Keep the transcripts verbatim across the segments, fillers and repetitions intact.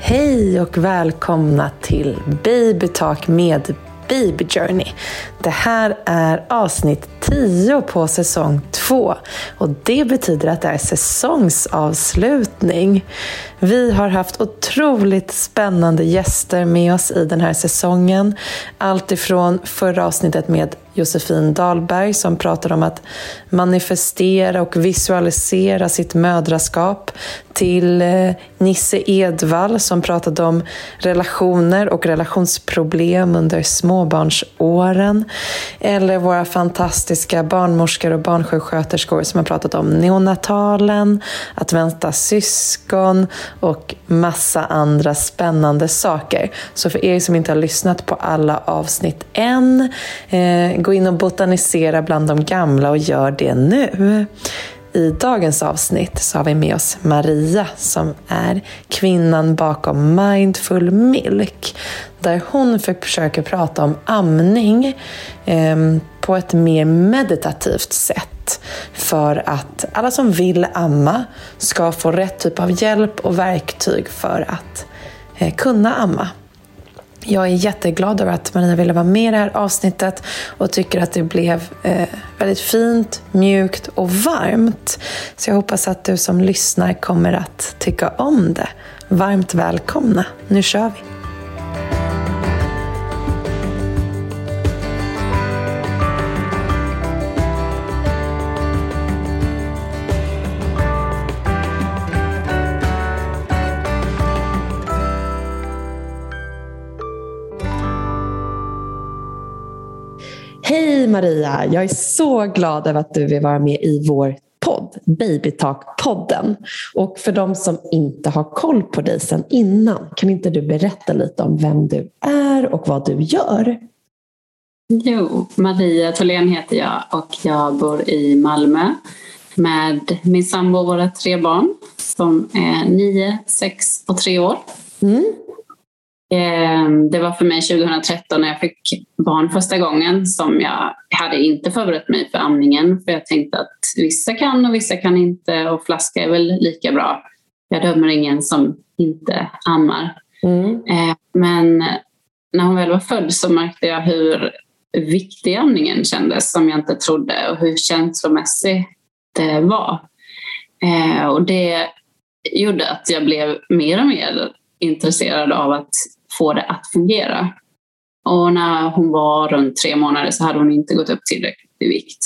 Hej och välkomna till Baby Talk med Baby Journey. Det här är avsnitt tio på säsong två och det betyder att det är säsongsavslutning. Vi har haft otroligt spännande gäster med oss i den här säsongen. Allt ifrån förra avsnittet med Josefin Dahlberg som pratade om att manifestera och visualisera sitt mödraskap, till Nisse Edvall som pratade om relationer och relationsproblem under småbarnsåren, eller våra fantastiska barnmorskor och barnsjuksköterskor som har pratat om neonatalen, att vänta syskon och massa andra spännande saker. Så för er som inte har lyssnat på alla avsnitt än, eh, gå in och botanisera bland de gamla och gör det nu. I dagens avsnitt så har vi med oss Maria som är kvinnan bakom Mindful Milk, där hon försöker prata om amning eh, på ett mer meditativt sätt för att alla som vill amma ska få rätt typ av hjälp och verktyg för att eh, kunna amma. Jag är jätteglad över att Maria ville vara med i det här avsnittet och tycker att det blev eh, väldigt fint, mjukt och varmt. Så jag hoppas att du som lyssnar kommer att tycka om det. Varmt välkomna. Nu kör vi. Hej Maria, jag är så glad över att du vill vara med i vår podd, Baby Talk-podden. Och för de som inte har koll på dig sedan innan, kan inte du berätta lite om vem du är och vad du gör? Jo, Maria Tholén heter jag och jag bor i Malmö med min sambo och våra tre barn som är nio, sex och tre år. Mm. Det var för mig tjugohundratretton när jag fick barn första gången som jag hade inte förberett mig för amningen. För jag tänkte att vissa kan och vissa kan inte och flaska är väl lika bra. Jag dömer ingen som inte ammar. Mm. Men när hon väl var född så märkte jag hur viktig amningen kändes som jag inte trodde och hur känslomässigt det var. Och det gjorde att jag blev mer och mer intresserad av att få det att fungera. Och när hon var runt tre månader så hade hon inte gått upp tillräckligt i vikt.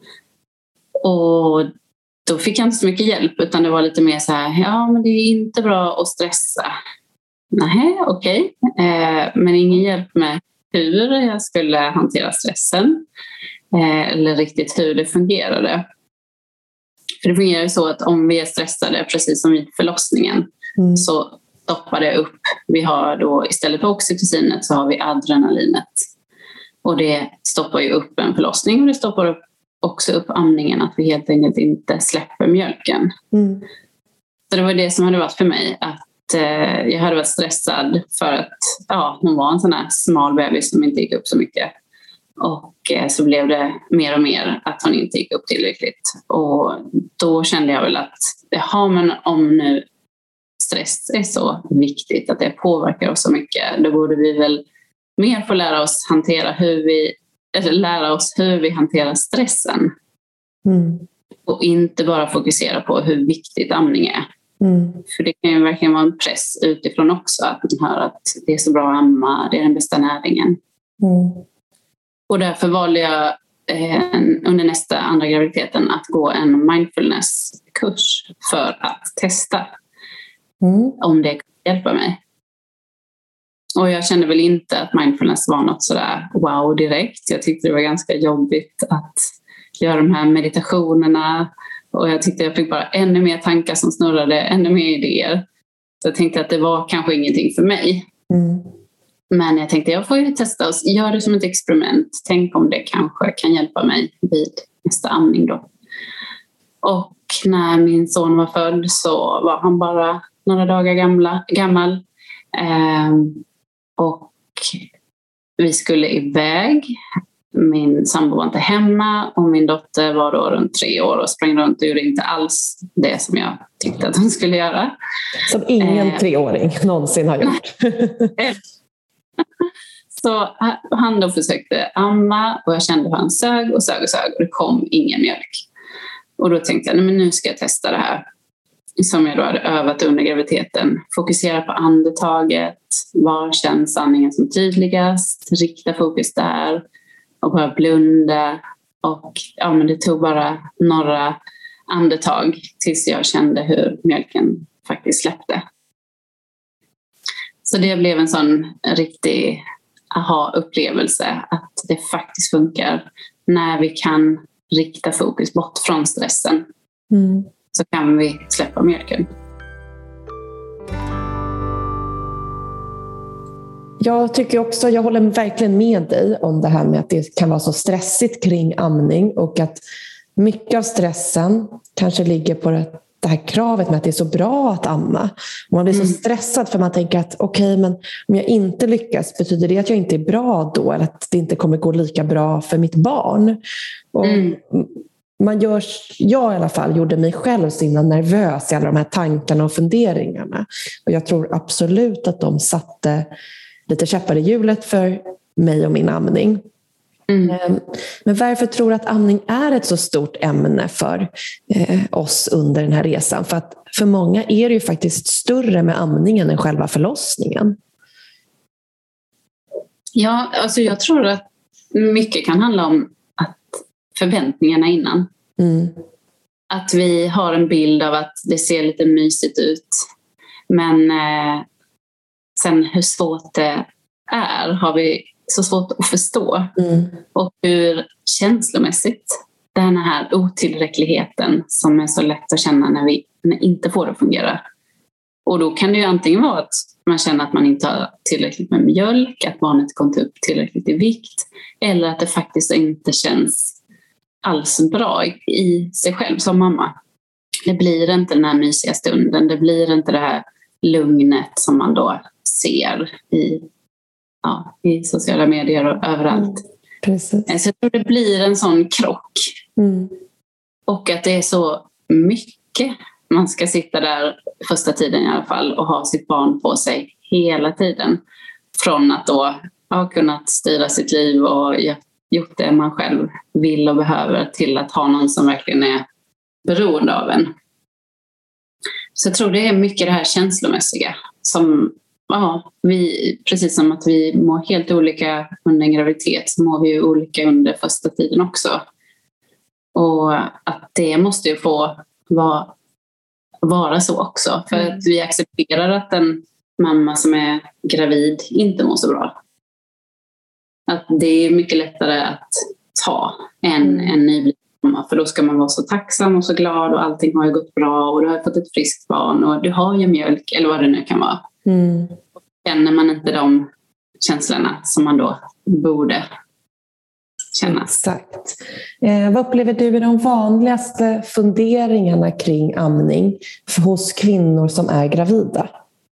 Och då fick jag inte så mycket hjälp utan det var lite mer så här, ja men det är inte bra att stressa. Nej, okej. Okay. Eh, men ingen hjälp med hur jag skulle hantera stressen. Eh, eller riktigt hur det fungerade. För det fungerar ju så att om vi är stressade precis som vid förlossningen mm. så stoppar det upp. Vi har då istället för oxytocinet så har vi adrenalinet. Och det stoppar ju upp en förlossning och det stoppar upp också upp amningen, att vi helt enkelt inte släpper mjölken. Mm. Så det var det som hade varit för mig, att eh, jag hade varit stressad för att ja, hon var en sån här smal bebis som inte gick upp så mycket. Och eh, så blev det mer och mer att hon inte gick upp tillräckligt. Och då kände jag väl att ja, men om nu stress är så viktigt, att det påverkar oss så mycket, då borde vi väl mer få lära oss hantera hur vi, eller lära oss hur vi hanterar stressen. Mm. Och inte bara fokusera på hur viktigt amning är. Mm. För det kan ju verkligen vara en press utifrån också, att man hör att det är så bra att amma, det är den bästa näringen. Mm. Och därför valde jag eh, under nästa andra graviditeten att gå en mindfulness-kurs för att testa Mm. om det kan hjälpa mig. Och jag kände väl inte att mindfulness var något sådär wow direkt. Jag tyckte det var ganska jobbigt att göra de här meditationerna. Och jag tyckte jag fick bara ännu mer tankar som snurrade, ännu mer idéer. Så jag tänkte att det var kanske ingenting för mig. Mm. Men jag tänkte jag får ju testa och göra det som ett experiment. Tänk om det kanske kan hjälpa mig vid nästa amning då. Och när min son var född så var han bara några dagar gamla, gammal. Eh, och vi skulle iväg min sambo var inte hemma och min dotter var då runt tre år och sprang runt och gjorde inte alls det som jag tyckte att hon skulle göra. Som ingen eh, treåring någonsin har gjort. Så han då försökte amma och jag kände hur han sög och sög och sög och det kom ingen mjölk. Och då tänkte jag, nej men nu ska jag testa det här som jag då hade övat under graviditeten. Fokusera på andetaget, var känns andningen som tydligast, rikta fokus där och bara blunda. Och ja, men det tog bara några andetag tills jag kände hur mjölken faktiskt släppte. Så det blev en sån riktig aha-upplevelse att det faktiskt funkar när vi kan rikta fokus bort från stressen. Mm. Så kan vi släppa mjölken. Jag tycker också, jag håller verkligen med dig om det här med att det kan vara så stressigt kring amning och att mycket av stressen kanske ligger på det, det här kravet med att det är så bra att amma. Och man blir mm. så stressad för man tänker att okej, okay, men om jag inte lyckas, betyder det att jag inte är bra då? Eller att det inte kommer gå lika bra för mitt barn? Och mm. man gör, jag i alla fall gjorde mig själv så himla nervös i alla de här tankarna och funderingarna. Och jag tror absolut att de satte lite käppar i hjulet för mig och min amning. Mm. Men varför tror du att amning är ett så stort ämne för eh, oss under den här resan? För att för många är det ju faktiskt större med amningen än själva förlossningen. Ja, alltså jag tror att mycket kan handla om att förväntningarna innan. Mm. Att vi har en bild av att det ser lite mysigt ut. Men eh, sen hur svårt det är har vi så svårt att förstå. Mm. Och hur känslomässigt den här otillräckligheten som är så lätt att känna när vi inte får det att fungera. Och då kan det ju antingen vara att man känner att man inte har tillräckligt med mjölk, att barnet kommer upp tillräckligt i vikt, eller att det faktiskt inte känns alls bra i sig själv som mamma. Det blir inte den här mysiga stunden, det blir inte det här lugnet som man då ser i, ja, i sociala medier och överallt. Mm, precis. Så jag tror det blir en sån krock. Mm. Och att det är så mycket man ska sitta där första tiden i alla fall och ha sitt barn på sig hela tiden. Från att då ha kunnat styra sitt liv och gjort det man själv vill och behöver till att ha någon som verkligen är beroende av en. Så jag tror det är mycket det här känslomässiga som, ja, vi, precis som att vi mår helt olika under en graviditet så mår vi ju olika under första tiden också. Och att det måste ju få vara, vara så också. För mm. att vi accepterar att en mamma som är gravid inte mår så bra. Att det är mycket lättare att ta än mm. en nybliven mamma. För då ska man vara så tacksam och så glad och allting har ju gått bra och du har fått ett friskt barn och du har ju mjölk eller vad det nu kan vara. Mm. Och känner man inte de känslorna som man då borde känna. Exakt. Eh, vad upplever du är de vanligaste funderingarna kring amning hos kvinnor som är gravida?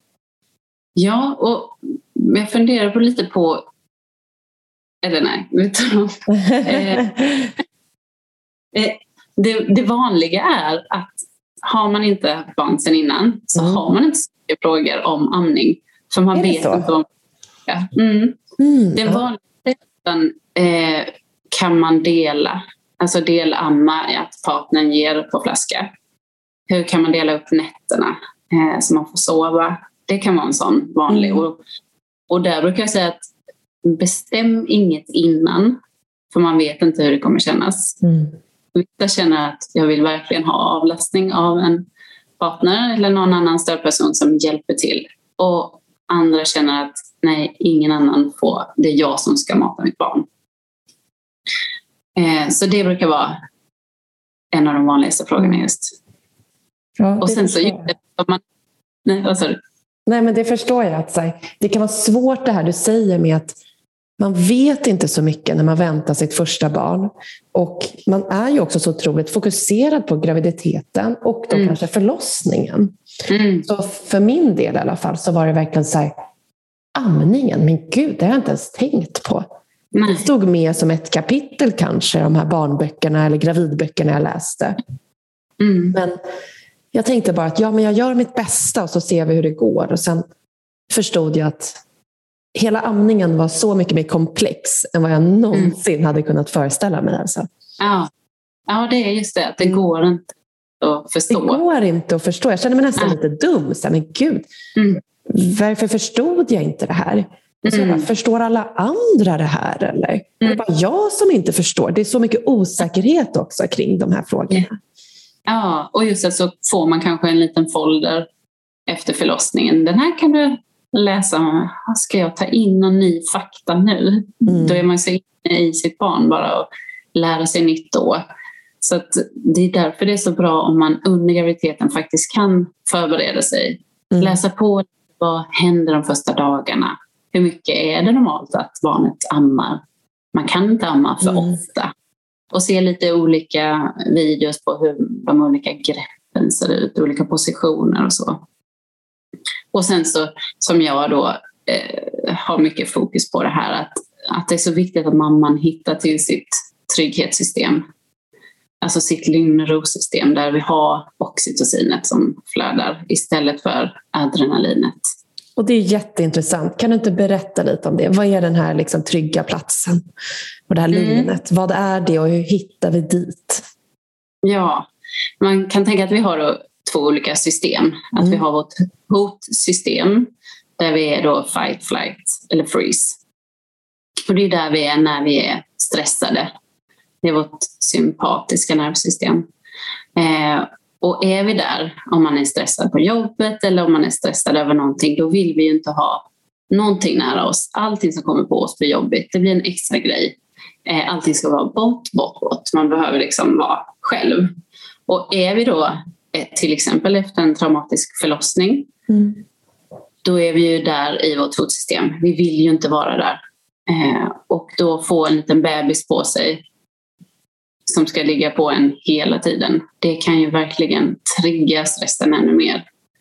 Ja, och jag funderar på lite på eller nej, vet du eh, eh, det, det vanliga är att har man inte haft barn sedan innan så mm. har man inte så mycket frågor om amning. För man vet inte om ja. mm. Mm. Det vanliga eh, kan man dela, alltså delamma att partnern ger på flaska. Hur kan man dela upp nätterna eh, så man får sova? Det kan vara en sån vanlig. Mm. Och, och där brukar jag säga att bestäm inget innan, för man vet inte hur det kommer kännas. Mm. Vissa känner att jag vill verkligen ha avlastning av en partner eller någon annan stödperson som hjälper till. Och andra känner att nej, ingen annan får, det är jag som ska mata mitt barn. Eh, så det brukar vara en av de vanligaste frågorna just. Ja, och sen så man, nej, vad sa du? Nej, men det förstår jag att här, det kan vara svårt det här du säger med att man vet inte så mycket när man väntar sitt första barn. Och man är ju också så otroligt fokuserad på graviditeten och då mm. kanske förlossningen. Mm. Så för min del i alla fall så var det verkligen så här, amningen, men gud, det har jag inte ens tänkt på. Nej. Det stod med som ett kapitel kanske, de här barnböckerna eller gravidböckerna jag läste. Mm. Men jag tänkte bara att ja, men jag gör mitt bästa och så ser vi hur det går. Och sen förstod jag att hela amningen var så mycket mer komplex än vad jag någonsin mm. hade kunnat föreställa mig. Alltså. Ja. ja, det är just det. Det mm. går inte att förstå. Det går inte att förstå. Jag känner mig nästan ja. lite dum. Så, men gud, mm. varför förstod jag inte det här? Och så mm. jag bara, förstår alla andra det här? Eller? Mm. Det är bara jag som inte förstår. Det är så mycket osäkerhet också kring de här frågorna. Ja, och just det, så får man kanske en liten folder efter förlossningen. Den här kan du läsa. Ska jag ta in någon ny fakta nu? Mm. Då är man så inne i sitt barn bara och lära sig nytt då. Så att det är därför det är så bra om man under graviditeten faktiskt kan förbereda sig. Mm. Läsa på vad händer de första dagarna. Hur mycket är det normalt att barnet ammar? Man kan inte amma för mm. ofta. Och se lite olika videos på hur de olika greppen ser ut, olika positioner och så. Och sen så, som jag då eh, har mycket fokus på det här, att, att det är så viktigt att mamman hittar till sitt trygghetssystem. Alltså sitt lugn- och ro-system där vi har oxytocinet som flödar istället för adrenalinet. Och det är jätteintressant. Kan du inte berätta lite om det? Vad är den här liksom trygga platsen och det här lugnet? Mm. Vad är det och hur hittar vi dit? Ja, man kan tänka att vi har då två olika system. Att mm. vi har vårt hotsystem där vi är då fight, flight eller freeze. Och det är där vi är när vi är stressade. Det är vårt sympatiska nervsystem. Eh, och är vi där, om man är stressad på jobbet eller om man är stressad över någonting, då vill vi ju inte ha någonting nära oss. Allting som kommer på oss blir jobbigt. Det blir en extra grej. Eh, allting ska vara bort, bort, bort. Man behöver liksom vara själv. Och är vi då eh, till exempel efter en traumatisk förlossning, mm. då är vi ju där i vårt hotsystem. Vi vill ju inte vara där. Eh, och då få en liten bebis på sig som ska ligga på en hela tiden. Det kan ju verkligen trigga stressen ännu mer.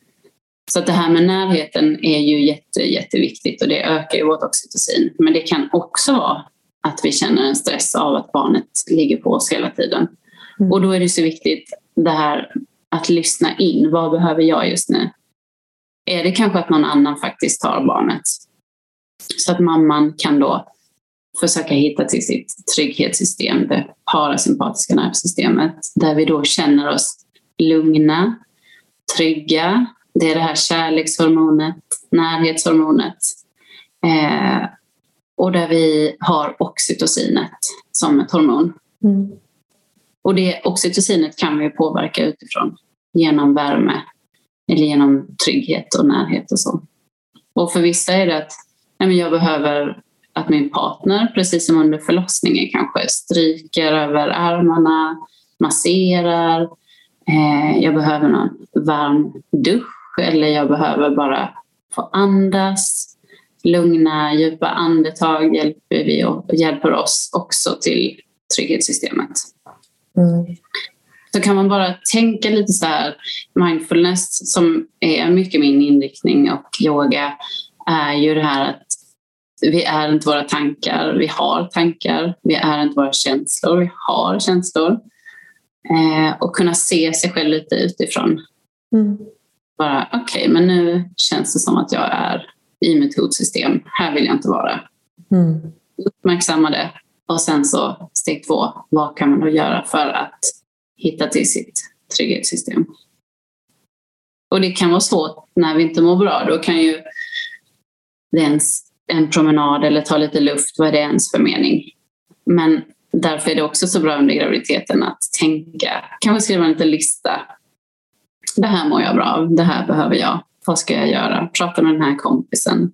Så att det här med närheten är ju jätte, jätteviktigt och det ökar ju vårt oxytocin. Men det kan också vara att vi känner en stress av att barnet ligger på oss hela tiden. Mm. Och då är det så viktigt det här att lyssna in. Vad behöver jag just nu? Är det kanske att någon annan faktiskt tar barnet? Så att mamman kan då försöka hitta till sitt trygghetssystem, det parasympatiska nervsystemet, där vi då känner oss lugna, trygga. Det är det här kärlekshormonet, närhetshormonet. Eh, och där vi har oxytocinet som ett hormon. Mm. Och det oxytocinet kan vi påverka utifrån genom värme eller genom trygghet och närhet och så. Och för vissa är det att nej, men jag behöver att min partner, precis som under förlossningen, kanske stryker över armarna, masserar. Eh, jag behöver någon varm dusch eller jag behöver bara få andas. Lugna, djupa andetag hjälper vi och hjälper oss också till trygghetssystemet. Mm. Så kan man bara tänka lite så här, mindfulness som är mycket min inriktning och yoga är ju det här att vi är inte våra tankar, vi har tankar. Vi är inte våra känslor, vi har känslor. Eh, och kunna se sig själv lite utifrån. Mm. Bara, okej, okay, men nu känns det som att jag är i mitt hotsystem. Här vill jag inte vara. Mm. Uppmärksamma det. Och sen så steg två, vad kan man då göra för att hitta till sitt trygghetssystem? Och det kan vara svårt när vi inte mår bra. Då kan ju det ens en promenad eller ta lite luft, vad är det ens för mening? Men därför är det också så bra under graviditeten att tänka, kanske skriva en liten lista. Det här mår jag bra av, det här behöver jag. Vad ska jag göra? Prata med den här kompisen.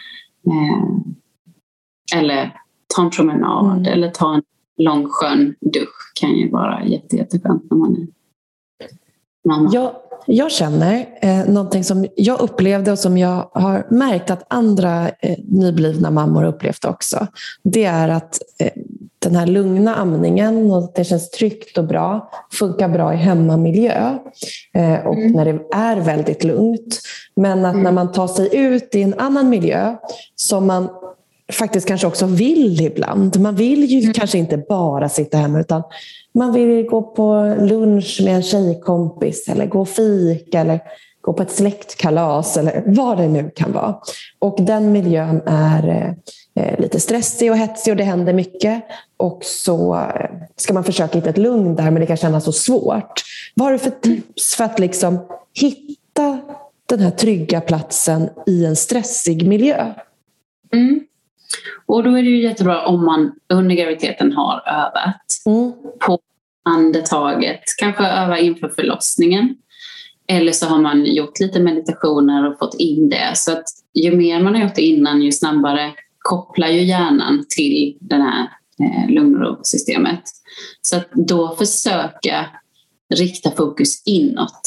Eh, eller ta en promenad mm. eller ta en lång skön dusch. Kan ju vara jätte, jätteskönt när man är mamma. Jag, jag känner eh, någonting som jag upplevde och som jag har märkt att andra eh, nyblivna mammor upplevt också. Det är att eh, den här lugna amningen och att det känns tryggt och bra funkar bra i hemmamiljö eh, och mm. när det är väldigt lugnt. Men att mm. när man tar sig ut i en annan miljö som man faktiskt kanske också vill ibland. Man vill ju mm. kanske inte bara sitta hemma, utan man vill gå på lunch med en tjejkompis eller gå och fika eller gå på ett släktkalas eller vad det nu kan vara. Och den miljön är eh, lite stressig och hetsig och det händer mycket. Och så eh, ska man försöka hitta ett lugn där, men det kan kännas så svårt. Vad har du för tips för att liksom hitta den här trygga platsen i en stressig miljö? Mm. Och då är det ju jättebra om man under graviditeten har övat mm. på andetaget. Kanske öva inför förlossningen. Eller så har man gjort lite meditationer och fått in det. Så att ju mer man har gjort det innan, ju snabbare kopplar ju hjärnan till det här eh, lugn- och ro-systemet. Så att då försöka rikta fokus inåt.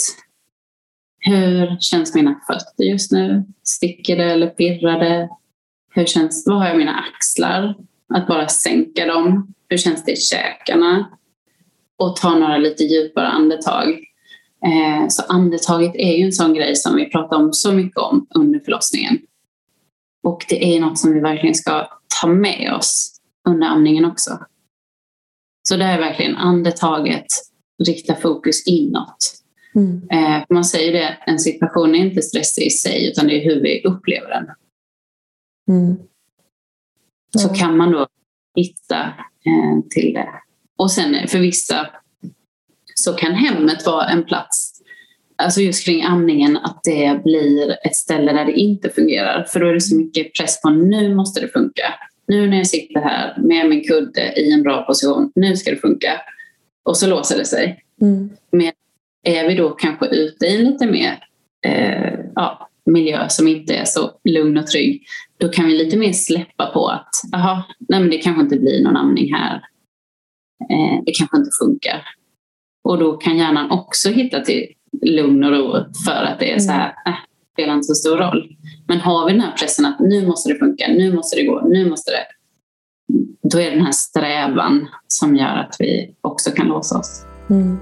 Hur känns mina fötter just nu? Sticker det eller pirrar det? Hur känns, vad har jag i mina axlar? Att bara sänka dem. Hur känns det i käkarna? Och ta några lite djupare andetag. Eh, så andetaget är ju en sån grej som vi pratar om så mycket om under förlossningen. Och det är något som vi verkligen ska ta med oss under amningen också. Så det är verkligen andetaget, rikta fokus inåt. Mm. Eh, man säger det, en situation är inte stressig i sig, utan det är hur vi upplever den. Mm. Ja. Så kan man då hitta eh, till det. Och sen för vissa så kan hemmet vara en plats, alltså just kring amningen, att det blir ett ställe där det inte fungerar. För då är det så mycket press på, nu måste det funka. Nu när jag sitter här med min kudde i en bra position, nu ska det funka. Och så låser det sig. Mm. Men är vi då kanske ute i en lite mer eh, ja, miljö som inte är så lugn och trygg, då kan vi lite mer släppa på att aha, nej men det kanske inte blir någon amning här. Eh, det kanske inte funkar. Och då kan hjärnan också hitta till lugn och ro för att det är så här, äh, det spelar inte så stor roll. Men har vi den här pressen att nu måste det funka, nu måste det gå, nu måste det. Då är det den här strävan som gör att vi också kan låsa oss. Mm.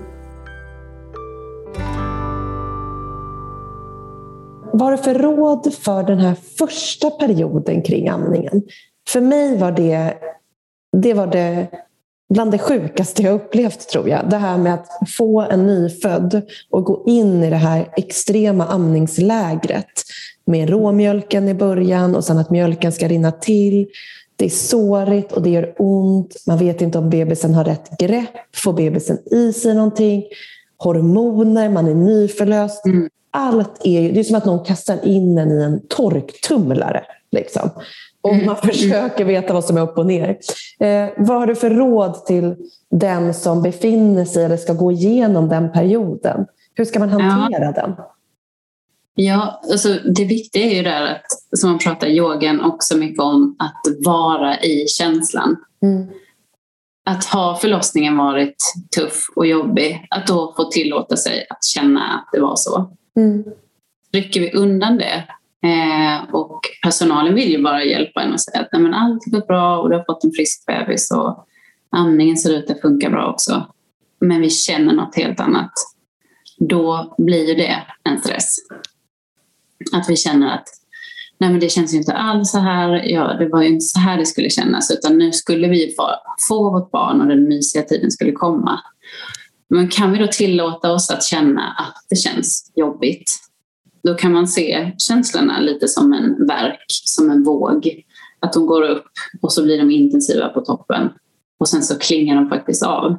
Vad har du för råd för den här första perioden kring amningen? För mig var det, det var det bland det sjukaste jag upplevt, tror jag. Det här med att få en nyfödd och gå in i det här extrema amningslägret med råmjölken i början och sen att mjölken ska rinna till. Det är sårigt och det gör ont. Man vet inte om bebisen har rätt grepp. Får bebisen i sig någonting? Hormoner, man är nyförlöst. Mm. Allt är ju, det är som att någon kastar in en i en torktumlare. Liksom. Och man försöker veta vad som är upp och ner. Eh, vad har du för råd till den som befinner sig eller ska gå igenom den perioden? Hur ska man hantera ja. den? Ja, alltså det viktiga är ju där att, som man pratar i yogan också mycket om, att vara i känslan. Mm. Att ha förlossningen varit tuff och jobbig, att då få tillåta sig att känna att det var så. Mm. Rycker vi undan det, Eh, och personalen vill ju bara hjälpa en och säga att nej, men allt går bra och du har fått en frisk bebis och amningen ser ut att funka bra också. Men vi känner något helt annat. Då blir ju det en stress. Att vi känner att nej, men det känns ju inte alls så här. Ja, det var ju inte så här det skulle kännas, utan nu skulle vi få, få vårt barn och den mysiga tiden skulle komma. Men kan vi då tillåta oss att känna att det känns jobbigt? Då kan man se känslorna lite som en verk, som en våg. Att de går upp och så blir de intensiva på toppen. Och sen så klingar de faktiskt av.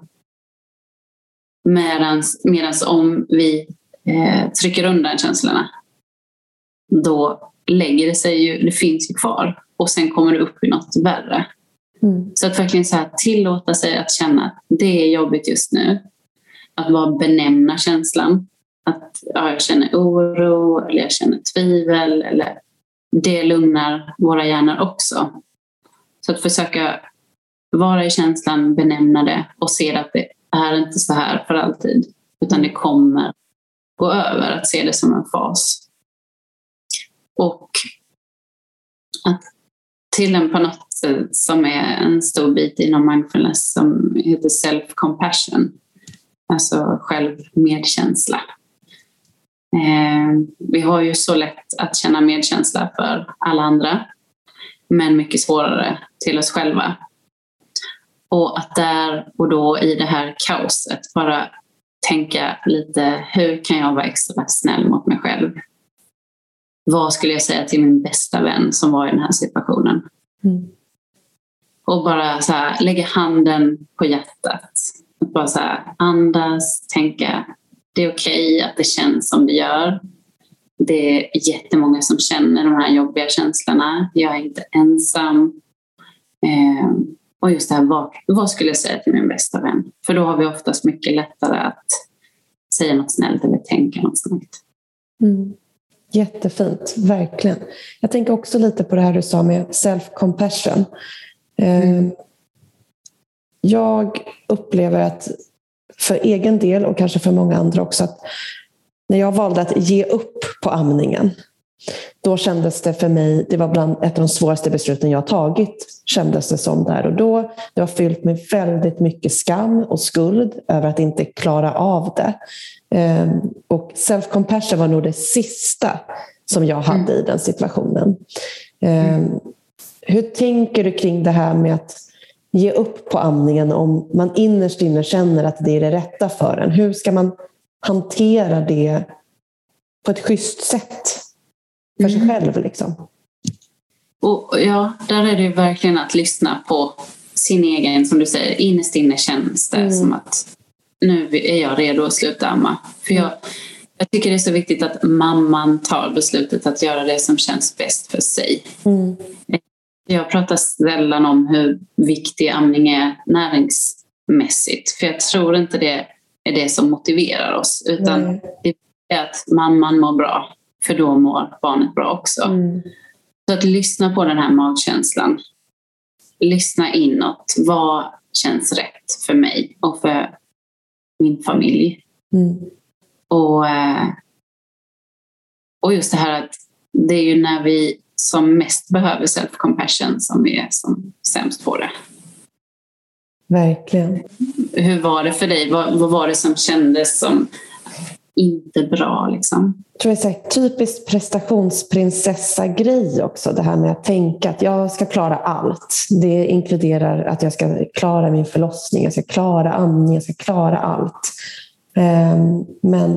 Medan om vi eh, trycker undan känslorna, då lägger det sig ju, det finns ju kvar. Och sen kommer det upp i något värre. Mm. Så att verkligen så här, tillåta sig att känna att det är jobbigt just nu. Att bara benämna känslan. Att ja, jag känner oro eller jag känner tvivel, eller det lugnar våra hjärnor också. Så att försöka vara i känslan, benämna det och se att det är inte så här för alltid, utan det kommer gå över, att se det som en fas. Och att tillämpa något som är en stor bit inom mindfulness som heter self-compassion, alltså självmedkänsla. Eh, vi har ju så lätt att känna medkänsla för alla andra. men mycket svårare till oss själva. Och att där och då i det här kaoset bara tänka lite, hur kan jag vara extra snäll mot mig själv? Vad skulle jag säga till min bästa vän som var i den här situationen? Mm. Och bara så här, lägga handen på hjärtat. Att bara så här, andas, tänka, det är okej att det känns som det gör. Det är jättemånga som känner de här jobbiga känslorna. Jag är inte ensam. Eh, och just det här, vad, vad skulle jag säga till min bästa vän? För då har vi oftast mycket lättare att säga något snällt eller tänka något snällt. Mm. Jättefint, verkligen. Jag tänker också lite på det här du sa med self-compassion. Mm. Jag upplever att för egen del och kanske för många andra också, att när jag valde att ge upp på amningen, då kändes det för mig, det var bland ett av de svåraste besluten jag har tagit, kändes det som där och då. Det var fyllt med väldigt mycket skam och skuld över att inte klara av det. Och self-compassion var nog det sista som jag hade mm. i den situationen. Mm. Hur tänker du kring det här med att ge upp på amningen om man innerst inne känner att det är det rätta för en? Hur ska man hantera det på ett schysst sätt för sig mm. själv liksom? Och ja, där är det ju verkligen att lyssna på sin egen, som du säger, innerst inne känns det mm. som att nu är jag redo att sluta amma. För jag, jag tycker det är så viktigt att mamman tar beslutet att göra det som känns bäst för sig. Mm. Jag pratar sällan om hur viktig amning är näringsmässigt. För jag tror inte det är det som motiverar oss. Utan mm. det är att mamman mår bra. För då mår barnet bra också. Mm. Så att lyssna på den här magkänslan. Lyssna inåt. Vad känns rätt för mig och för min familj. Mm. Och, och just det här att det är ju när vi som mest behöver self-compassion som vi är som sämst på det. Verkligen. Hur var det för dig? Vad, vad var det som kändes som inte bra liksom? Jag tror det är så typiskt prestationsprinsessa-grej också. Det här med att tänka att jag ska klara allt. Det inkluderar att jag ska klara min förlossning. Jag ska klara amning. Jag ska klara allt. Men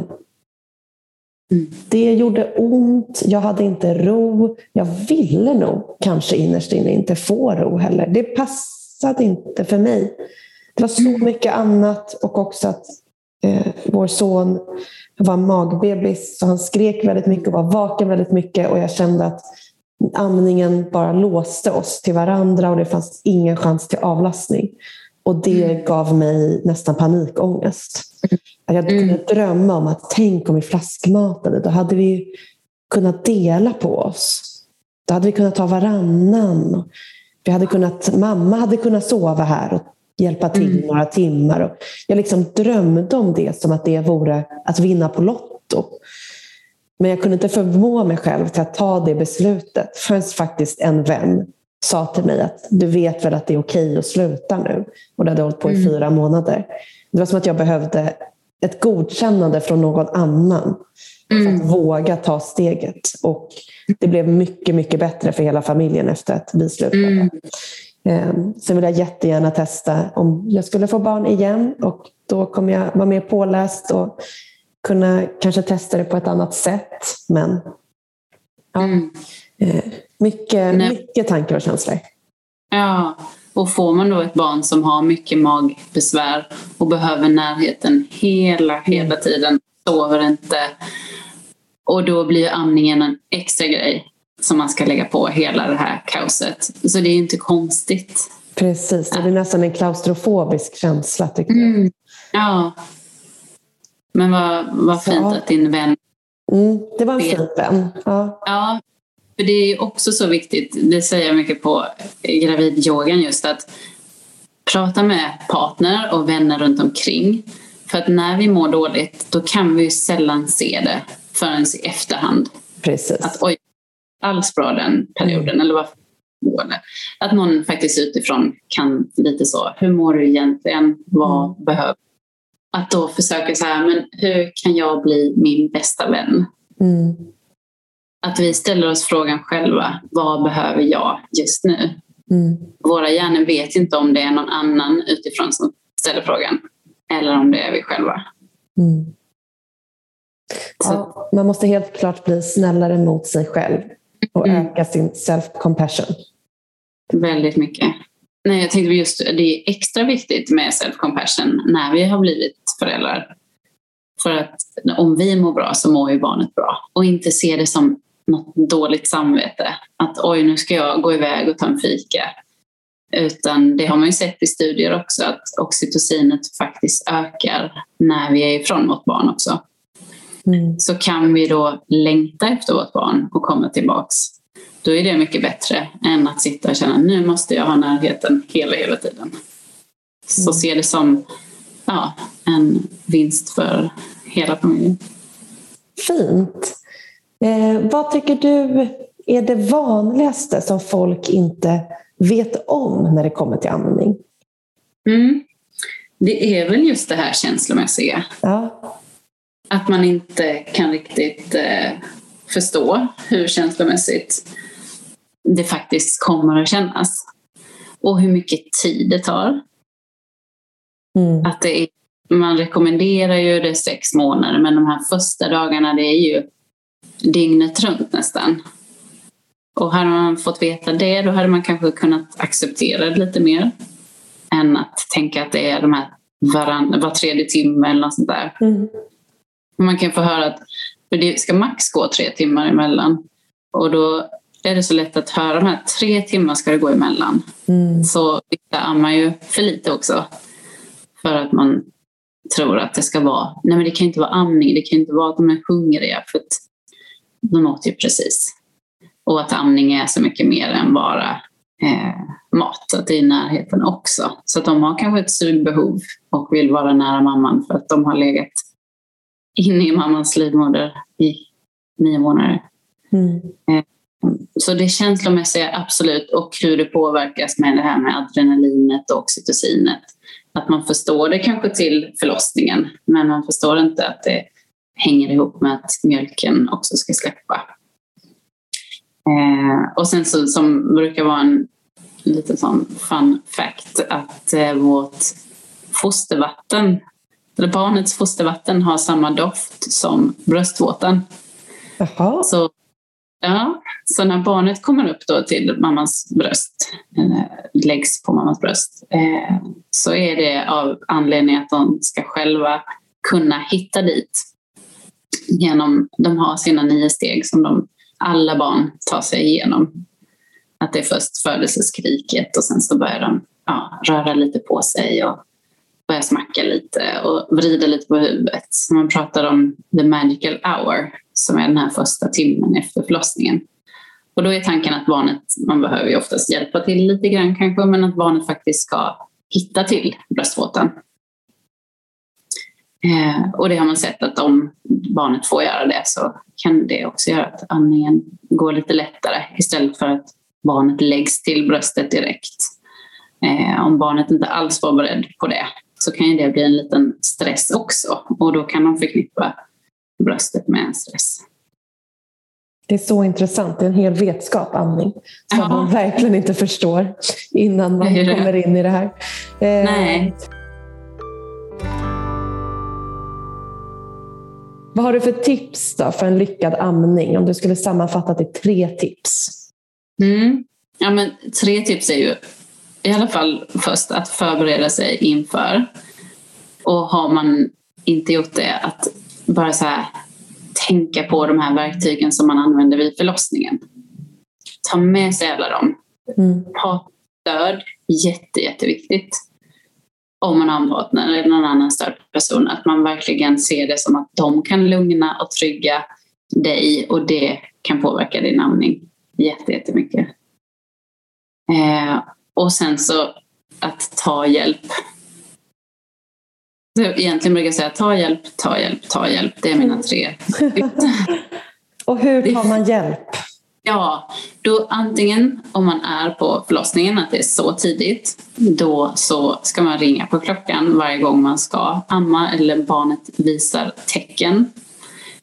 mm. det gjorde ont. Jag hade inte ro. Jag ville nog kanske innerst inne inte få ro heller. Det passade inte för mig. Det var så mm. mycket annat. Och också att eh, vår son var magbebis. Så han skrek väldigt mycket och var vaken väldigt mycket. Och jag kände att amningen bara låste oss till varandra. Och det fanns ingen chans till avlastning. Och det mm. gav mig nästan panikångest. Jag hade mm. kunnat drömma om att tänk om vi flaskmatade. Då hade vi kunnat dela på oss. Då hade vi kunnat ta varannan. Vi hade kunnat, mamma hade kunnat sova här och hjälpa till mm. några timmar. Och jag liksom drömde om det som att det vore att vinna på Lotto. Men jag kunde inte förmå mig själv till att ta det beslutet. Förrän faktiskt en vän sa till mig att du vet väl att det är okej att sluta nu. Och det hade hållit på i mm. fyra månader. Det var som att jag behövde ett godkännande från någon annan mm. för att våga ta steget. Och det blev mycket, mycket bättre för hela familjen efter att vi slutade. Mm. Sen vill jag jättegärna testa om jag skulle få barn igen. Och då kommer jag vara mer påläst och kunna kanske testa det på ett annat sätt. Men ja, mm. mycket, mycket tankar och känslor. Ja, och får man då ett barn som har mycket magbesvär och behöver närheten hela, hela tiden, sover inte. Och då blir amningen en extra grej som man ska lägga på hela det här kaoset. Så det är inte konstigt. Precis, det blir nästan en klaustrofobisk känsla tycker jag. Mm. Ja, men vad, vad fint ja. att din vän... Mm, det var en fin vän. Ja. Ja. För det är också så viktigt, det säger jag mycket på gravidyogan just, att prata med partner och vänner runt omkring. För att när vi mår dåligt, då kan vi ju sällan se det förrän i efterhand. Precis. Att oj, alls bra den perioden, mm. eller vad mår det? Att någon faktiskt utifrån kan lite så, hur mår du egentligen? Vad mm. behöver? Att då försöka så här, men hur kan jag bli min bästa vän? Mm. att vi ställer oss frågan själva, vad behöver jag just nu? Mm. Våra hjärnor vet inte om det är någon annan utifrån som ställer frågan eller om det är vi själva. Mm. Ja, man måste helt klart bli snällare mot sig själv och mm. öka sin self-compassion. Väldigt mycket. Nej, jag tänkte just det är extra viktigt med self-compassion när vi har blivit föräldrar. För att om vi mår bra så mår ju barnet bra. Och inte se det som något dåligt samvete. Att oj, nu ska jag gå iväg och ta en fika. Utan det har man ju sett i studier också att oxytocinet faktiskt ökar när vi är ifrån vårt barn också. Mm. Så kan vi då längta efter vårt barn och komma tillbaks. Då är det mycket bättre än att sitta och känna nu måste jag ha närheten hela, hela tiden. Så Mm. se det som ja, en vinst för hela familjen. Fint. Eh, vad tycker du är det vanligaste som folk inte vet om när det kommer till amning? Mm. Det är väl just det här känslomässiga. Ja. Att man inte kan riktigt eh, förstå hur känslomässigt det faktiskt kommer att kännas. Och hur mycket tid det tar. Mm. Att det är, man rekommenderar ju det sex månader men de här första dagarna det är ju dygnet runt nästan. Och hade man fått veta det då hade man kanske kunnat acceptera det lite mer än att tänka att det är de här varann, var tredje timme eller något sånt där. Mm. Man kan få höra att för det ska max gå tre timmar emellan och då är det så lätt att höra de här tre timmar ska det gå emellan. Mm. Så vissa ammar ju för lite också. För att man tror att det ska vara, nej men det kan inte vara amning, det kan inte vara att de är hungriga för att de åt ju precis. Och att amning är så mycket mer än bara eh, mat, att det är i närheten också. Så att de har kanske ett sugbehov och vill vara nära mamman för att de har legat inne i mammans livmoder i nio månader. Mm. Eh, så det känslomässiga absolut och hur det påverkas med det här med adrenalinet och oxytocinet. Att man förstår det kanske till förlossningen men man förstår inte att det hänger ihop med att mjölken också ska släppa. Eh, och sen så, som brukar vara en liten sån fun fact att eh, vårt fostervatten eller barnets fostervatten har samma doft som bröstvårtan. Jaha. Så, ja, så när barnet kommer upp då till mammans bröst, eh, läggs på mammas bröst, eh, så är det av anledning att de ska själva kunna hitta dit. Genom, de har sina nio steg som de, alla barn tar sig igenom. Att det är först födelseskriket och sen så börjar de ja, röra lite på sig och börja smacka lite och vrida lite på huvudet. Så man pratar om the magical hour som är den här första timmen efter förlossningen. Och då är tanken att barnet, man behöver ju oftast hjälpa till lite grann kanske, men att barnet faktiskt ska hitta till bröstvårtan. Eh, och det har man sett att om barnet får göra det så kan det också göra att andningen går lite lättare istället för att barnet läggs till bröstet direkt. Eh, om barnet inte alls var beredd på det så kan ju det bli en liten stress också och då kan de förknippa bröstet med en stress. Det är så intressant, det är en hel vetskap amning som Ja. man verkligen inte förstår innan man Det är det. kommer in i det här. Eh, Nej. Vad har du för tips då för en lyckad amning om du skulle sammanfatta till tre tips? Mm. Ja, men tre tips är ju i alla fall först att förbereda sig inför. Och har man inte gjort det att bara så här tänka på de här verktygen som man använder vid förlossningen. Ta med sig alla dem. Mm. Ha stöd, jätte, jätteviktigt. Om man har en partner eller någon annan stödperson. Att man verkligen ser det som att de kan lugna och trygga dig och det kan påverka din amning jätte, jättemycket. Eh, och sen så att ta hjälp. Så egentligen brukar jag säga ta hjälp, ta hjälp, ta hjälp. Det är mina tre. Och hur tar man hjälp? Ja, då antingen om man är på förlossningen att det är så tidigt, då så ska man ringa på klockan varje gång man ska amma eller barnet visar tecken.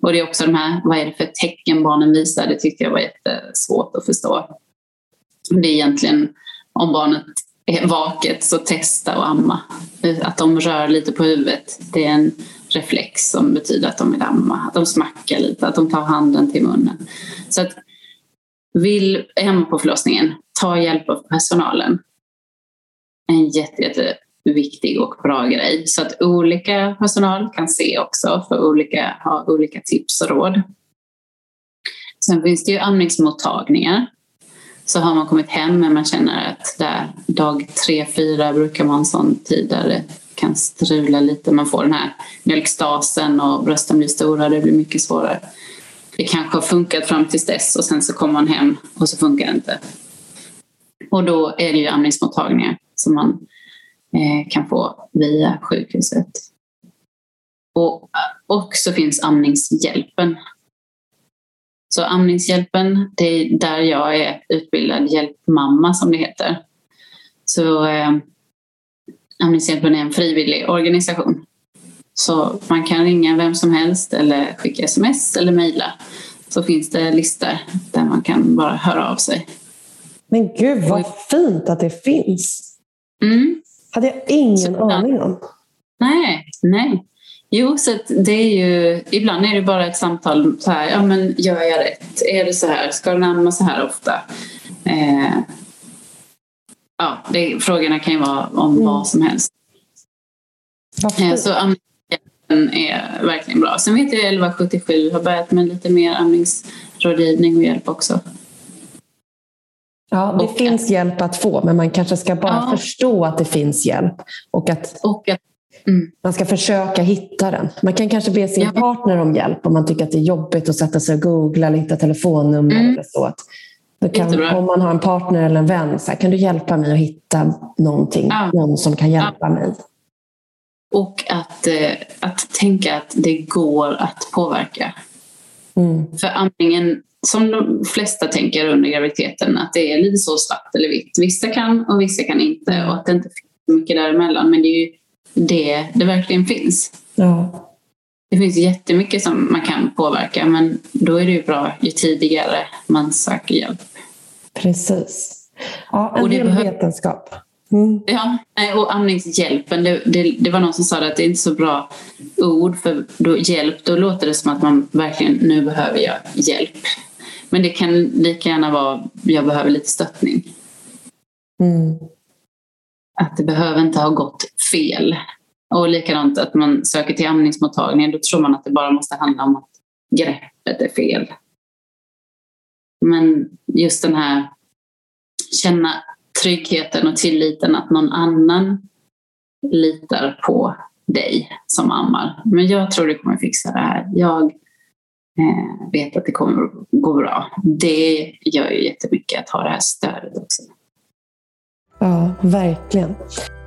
Och det är också de här, vad är det för tecken barnen visar? Det tyckte jag var jättesvårt att förstå. Det är egentligen, om barnet är vaket så testa att amma. Att de rör lite på huvudet, det är en reflex som betyder att de vill amma. Att de smackar lite, att de tar handen till munnen. Så att vill hemma på förlossningen, ta hjälp av personalen. En jätte, jätte viktig och bra grej. Så att olika personal kan se också, för olika, ha olika tips och råd. Sen finns det ju amningsmottagningar. Så har man kommit hem men man känner att där dag tre, fyra brukar man sån tid där det kan strula lite. Man får den här mjölkstasen och brösten blir stora, det blir mycket svårare. Det kanske har funkat fram till dess och sen så kommer man hem och så funkar det inte. Och då är det ju amningsmottagningar som man eh, kan få via sjukhuset. Och också finns amningshjälpen. Så amningshjälpen, det är där jag är utbildad hjälpmamma som det heter. Så eh, amningshjälpen är en frivillig organisation. Så man kan ringa vem som helst eller skicka sms eller mejla. Så finns det listor där man kan bara höra av sig. Men gud vad fint att det finns. Mm. Hade jag ingen så, aning om. Nej, nej. Jo, så det är ju, ibland är det bara ett samtal så här, ja men gör jag rätt? Är det så här? Ska du namna så här ofta? Eh, ja, det, frågorna kan ju vara om mm. vad som helst. Eh, så amningen är verkligen bra. Sen vet jag att elva sjuttiosju har börjat med lite mer amningsrådgivning och hjälp också. Ja, det och finns att, hjälp att få, men man kanske ska bara ja. förstå att det finns hjälp. Och att, och att mm. man ska försöka hitta den. Man kan kanske be sin ja. partner om hjälp om man tycker att det är jobbigt att sätta sig och googla eller hitta telefonnummer mm. eller så. Att, då kan, om man har en partner eller en vän, så här, kan du hjälpa mig att hitta någonting, ja. någon som kan hjälpa ja. mig. Och att, att tänka att det går att påverka. Mm. För amningen, som de flesta tänker under graviditeten, att det är lite så svart eller vitt. Vissa kan och vissa kan inte. Och att det inte finns mycket däremellan. Men det är ju det det verkligen finns. Ja. Det finns jättemycket som man kan påverka. Men då är det ju bra ju tidigare man söker hjälp. Precis. Ja, en och det hel behöv... vetenskap. Mm. Ja, och amningshjälpen, det, det, det var någon som sa att det är inte så bra ord för då, hjälp, då låter det som att man verkligen, nu behöver jag hjälp. Men det kan lika gärna vara, jag behöver lite stöttning. Mm. Att det behöver inte ha gått fel. Och likadant att man söker till amningsmottagningen, då tror man att det bara måste handla om att greppet är fel. Men just den här känna tryggheten och tilliten att någon annan litar på dig som ammar. Men jag tror det kommer fixa det här. Jag eh, vet att det kommer gå bra. Det gör ju jättemycket att ha det här stödet också. Ja, verkligen.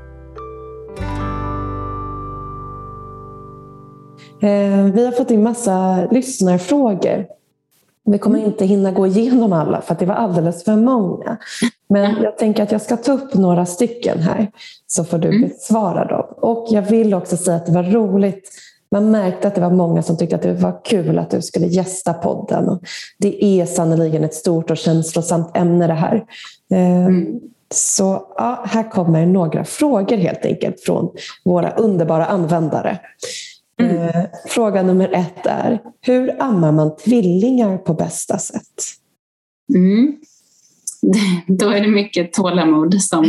Eh, vi har fått in massa lyssnarfrågor. Vi kommer inte hinna gå igenom alla för att det var alldeles för många. Men jag tänker att jag ska ta upp några stycken här så får du besvara dem. Och jag vill också säga att det var roligt. Man märkte att det var många som tyckte att det var kul att du skulle gästa podden. Och det är sannoliken ett stort och känslosamt ämne det här. Mm. Så ja, här kommer några frågor helt enkelt från våra underbara användare. Mm. Fråga nummer ett är: hur ammar man tvillingar på bästa sätt? Mm. Då är det mycket tålamod som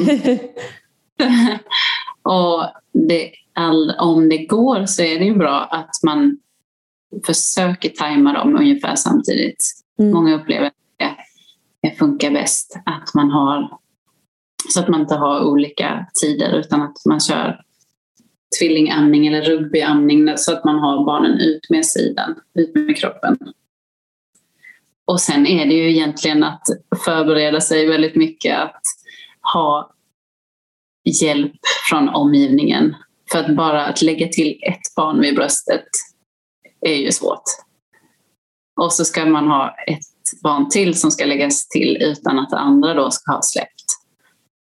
och det, all, om det går så är det ju bra att man försöker tajma dem ungefär samtidigt. Mm. Många upplever att det, det funkar bäst att man har, så att man inte har olika tider utan att man kör tvillingandning eller rugbyandning så att man har barnen ut med sidan, ut med kroppen. Och sen är det ju egentligen att förbereda sig väldigt mycket, att ha hjälp från omgivningen. För att bara att lägga till ett barn vid bröstet är ju svårt. Och så ska man ha ett barn till som ska läggas till utan att det andra då ska ha släppt.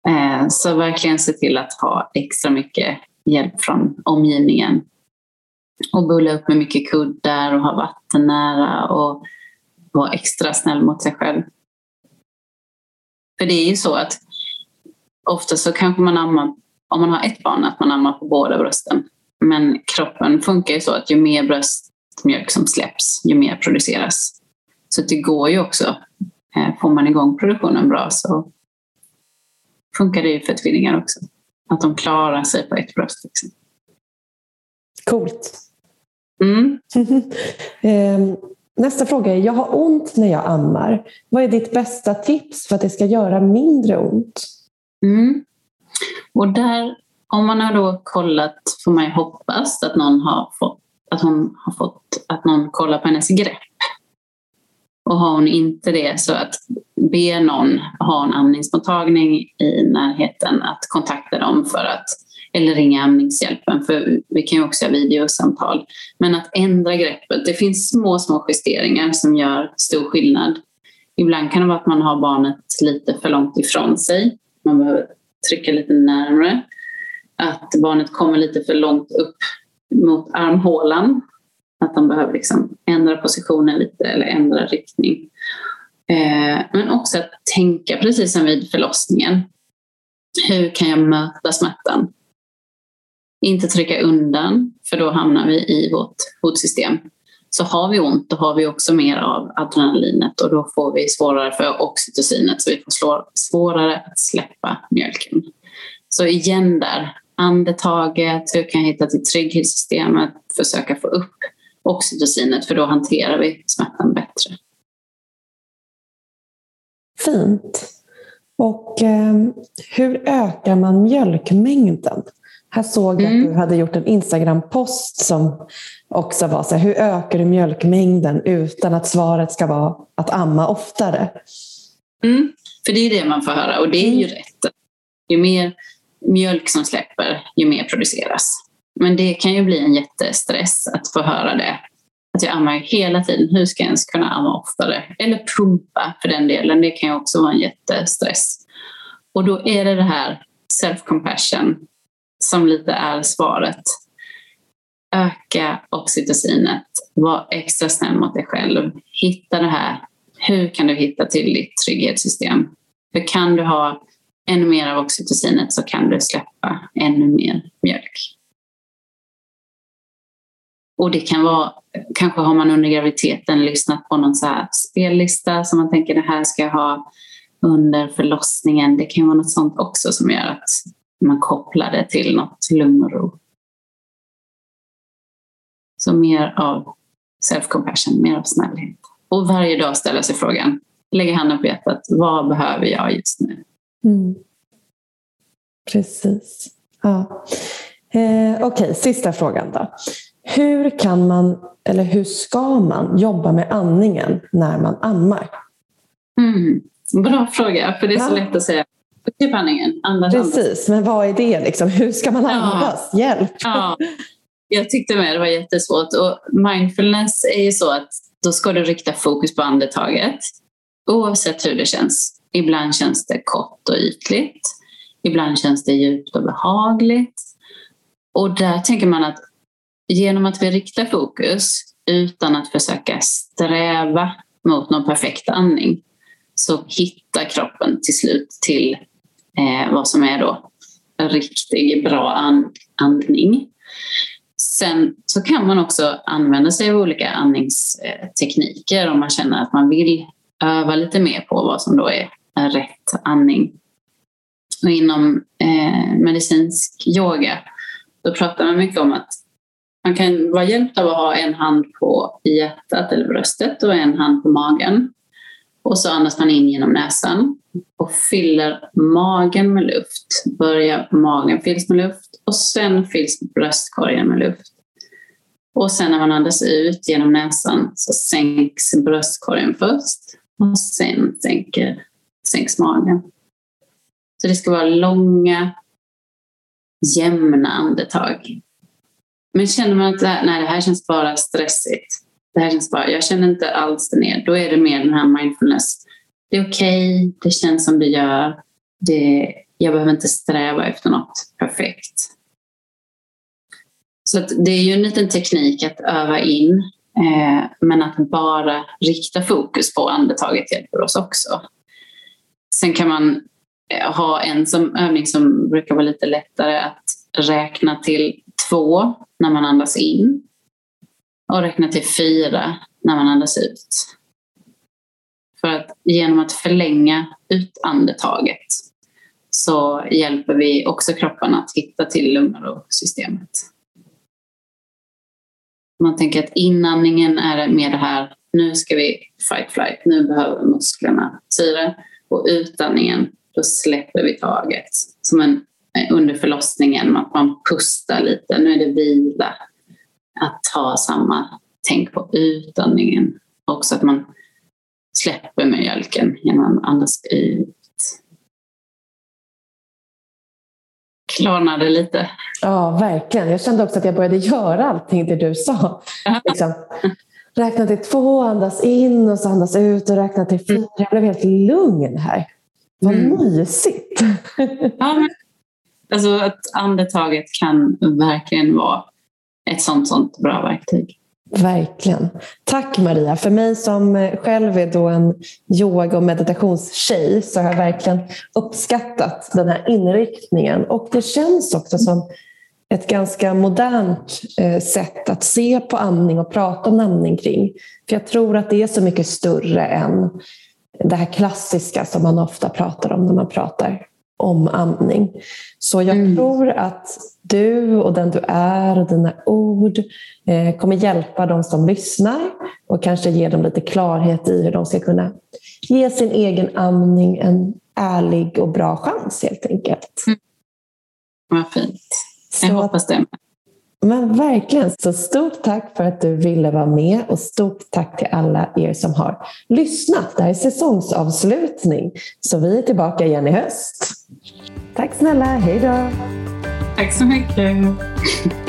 Så verkligen se till att ha extra mycket hjälp från omgivningen. Och bulla upp med mycket kuddar och ha vatten nära och vara extra snäll mot sig själv. För det är ju så att ofta så kanske man ammar, om man har ett barn, att man ammar på båda brösten. Men kroppen funkar ju så att ju mer bröstmjölk som släpps, ju mer produceras. Så det går ju också. Får man igång produktionen bra så funkar det ju för tvillingar också. Att de klarar sig på ett bröst. Liksom. Coolt. Mm. Nästa fråga är, jag har ont när jag ammar. Vad är ditt bästa tips för att det ska göra mindre ont? Mm. Och där, om man har då kollat, får man ju hoppas att någon har fått, att hon har fått, att någon kollar på hennes grepp. Och har hon inte det, så att be någon ha en amningsmottagning i närheten att kontakta dem för att, eller ringa amningshjälpen, för vi kan ju också ha videosamtal. Men att ändra greppet, det finns små, små justeringar som gör stor skillnad. Ibland kan det vara att man har barnet lite för långt ifrån sig. Man behöver trycka lite närmare. Att barnet kommer lite för långt upp mot armhålan. Att de behöver liksom ändra positionen lite eller ändra riktning. Eh, men också att tänka precis som vid förlossningen. Hur kan jag möta smärtan? Inte trycka undan, för då hamnar vi i vårt hotsystem. Så har vi ont, då har vi också mer av adrenalinet och då får vi svårare för oxytocinet, så vi får svårare att släppa mjölken. Så igen där, andetaget, hur kan jag hitta till trygghetssystemet, försöka få upp oxytocinet, för då hanterar vi smärtan bättre. Fint. Och eh, hur ökar man mjölkmängden? Här såg jag mm. att du hade gjort en Instagram-post som också var så här, hur ökar du mjölkmängden utan att svaret ska vara att amma oftare? Mm. För det är det man får höra, och det är ju mm. rätt. Ju mer mjölk som släpper, ju mer produceras. Men det kan ju bli en jättestress att få höra det. Att jag ammar hela tiden. Hur ska jag ens kunna amma oftare? Eller pumpa för den delen. Det kan ju också vara en jättestress. Och då är det det här self-compassion som lite är svaret. Öka oxytocinet. Var extra snäll mot dig själv. Hitta det här. Hur kan du hitta till ditt trygghetssystem? För kan du ha ännu mer av oxytocinet så kan du släppa ännu mer mjölk. Och det kan vara, kanske har man under graviditeten lyssnat på någon så här spellista som man tänker det här ska jag ha under förlossningen. Det kan vara något sånt också som gör att man kopplar det till något lugn och ro. Så mer av self-compassion, mer av snällhet. Och varje dag ställa sig frågan, lägga handen på hjärtat, vad behöver jag just nu? Mm. Precis. Ja. Eh, Okej, okay, sista frågan då. Hur kan man, eller hur ska man jobba med andningen när man ammar? Mm. Bra fråga, för det är så ja. lätt att säga. Typ andningen. Andas, Precis, andas. Men vad är det liksom? Hur ska man andas? Ja. Hjälp! Ja. Jag tyckte med det var jättesvårt. Och mindfulness är ju så att då ska du rikta fokus på andetaget. Oavsett hur det känns. Ibland känns det kort och ytligt. Ibland känns det djupt och behagligt. Och där tänker man att genom att vi riktar fokus utan att försöka sträva mot någon perfekt andning så hittar kroppen till slut till eh, vad som är då en riktigt bra and- andning. Sen så kan man också använda sig av olika andningstekniker om man känner att man vill öva lite mer på vad som då är en rätt andning. Och inom eh, medicinsk yoga då pratar man mycket om att man kan vara hjälpt av att ha en hand på hjärtat eller bröstet och en hand på magen. Och så andas man in genom näsan och fyller magen med luft. Börjar magen fylls med luft och sen fylls bröstkorgen med luft. Och sen när man andas ut genom näsan så sänks bröstkorgen först och sen sänker, sänks magen. Så det ska vara långa, jämna andetag. Men känner man att det här, nej, det här känns bara stressigt. Det här känns bara, jag känner inte alls det ner. Då är det mer den här mindfulness. Det är okej, okay, det känns som det gör. Det, jag behöver inte sträva efter något perfekt. Så att det är ju en liten teknik att öva in, eh, men att bara rikta fokus på andetaget hjälper oss också. Sen kan man ha en som övning som brukar vara lite lättare, att räkna till två när man andas in och räkna till fyra när man andas ut. För att genom att förlänga utandetaget så hjälper vi också kroppen att hitta till lugn och ro-systemet. Man tänker att inandningen är med det här, nu ska vi fight flight, nu behöver musklerna syre, och utandningen, då släpper vi taget. Som en, under förlossningen, att man pustar lite, nu är det vila. Att ha samma tänk på utandningen, också att man släpper mjölken genom att andas ut. Klarnade lite. Ja, verkligen. Jag kände också att jag började göra allting det du sa. Liksom. Räkna till två, andas in och så andas ut och räkna till fyra. Mm. Jag blev helt lugn här. Vad mm. mysigt. Ja, men, alltså att andetaget kan verkligen vara ett sånt, sånt bra verktyg. Verkligen. Tack Maria. För mig som själv är då en yoga- och meditationstjej så har jag verkligen uppskattat den här inriktningen. Och det känns också som ett ganska modernt sätt att se på andning och prata om andning kring. För jag tror att det är så mycket större än det här klassiska som man ofta pratar om när man pratar om andning. Så jag mm. tror att du och den du är och dina ord eh, kommer hjälpa de som lyssnar och kanske ge dem lite klarhet i hur de ska kunna ge sin egen andning en ärlig och bra chans helt enkelt. Mm. Vad fint. Jag Så, hoppas det. Men verkligen, så stort tack för att du ville vara med och stort tack till alla er som har lyssnat. Det här är säsongsavslutning, så vi är tillbaka igen i höst. Tack snälla, hej då! Tack så mycket!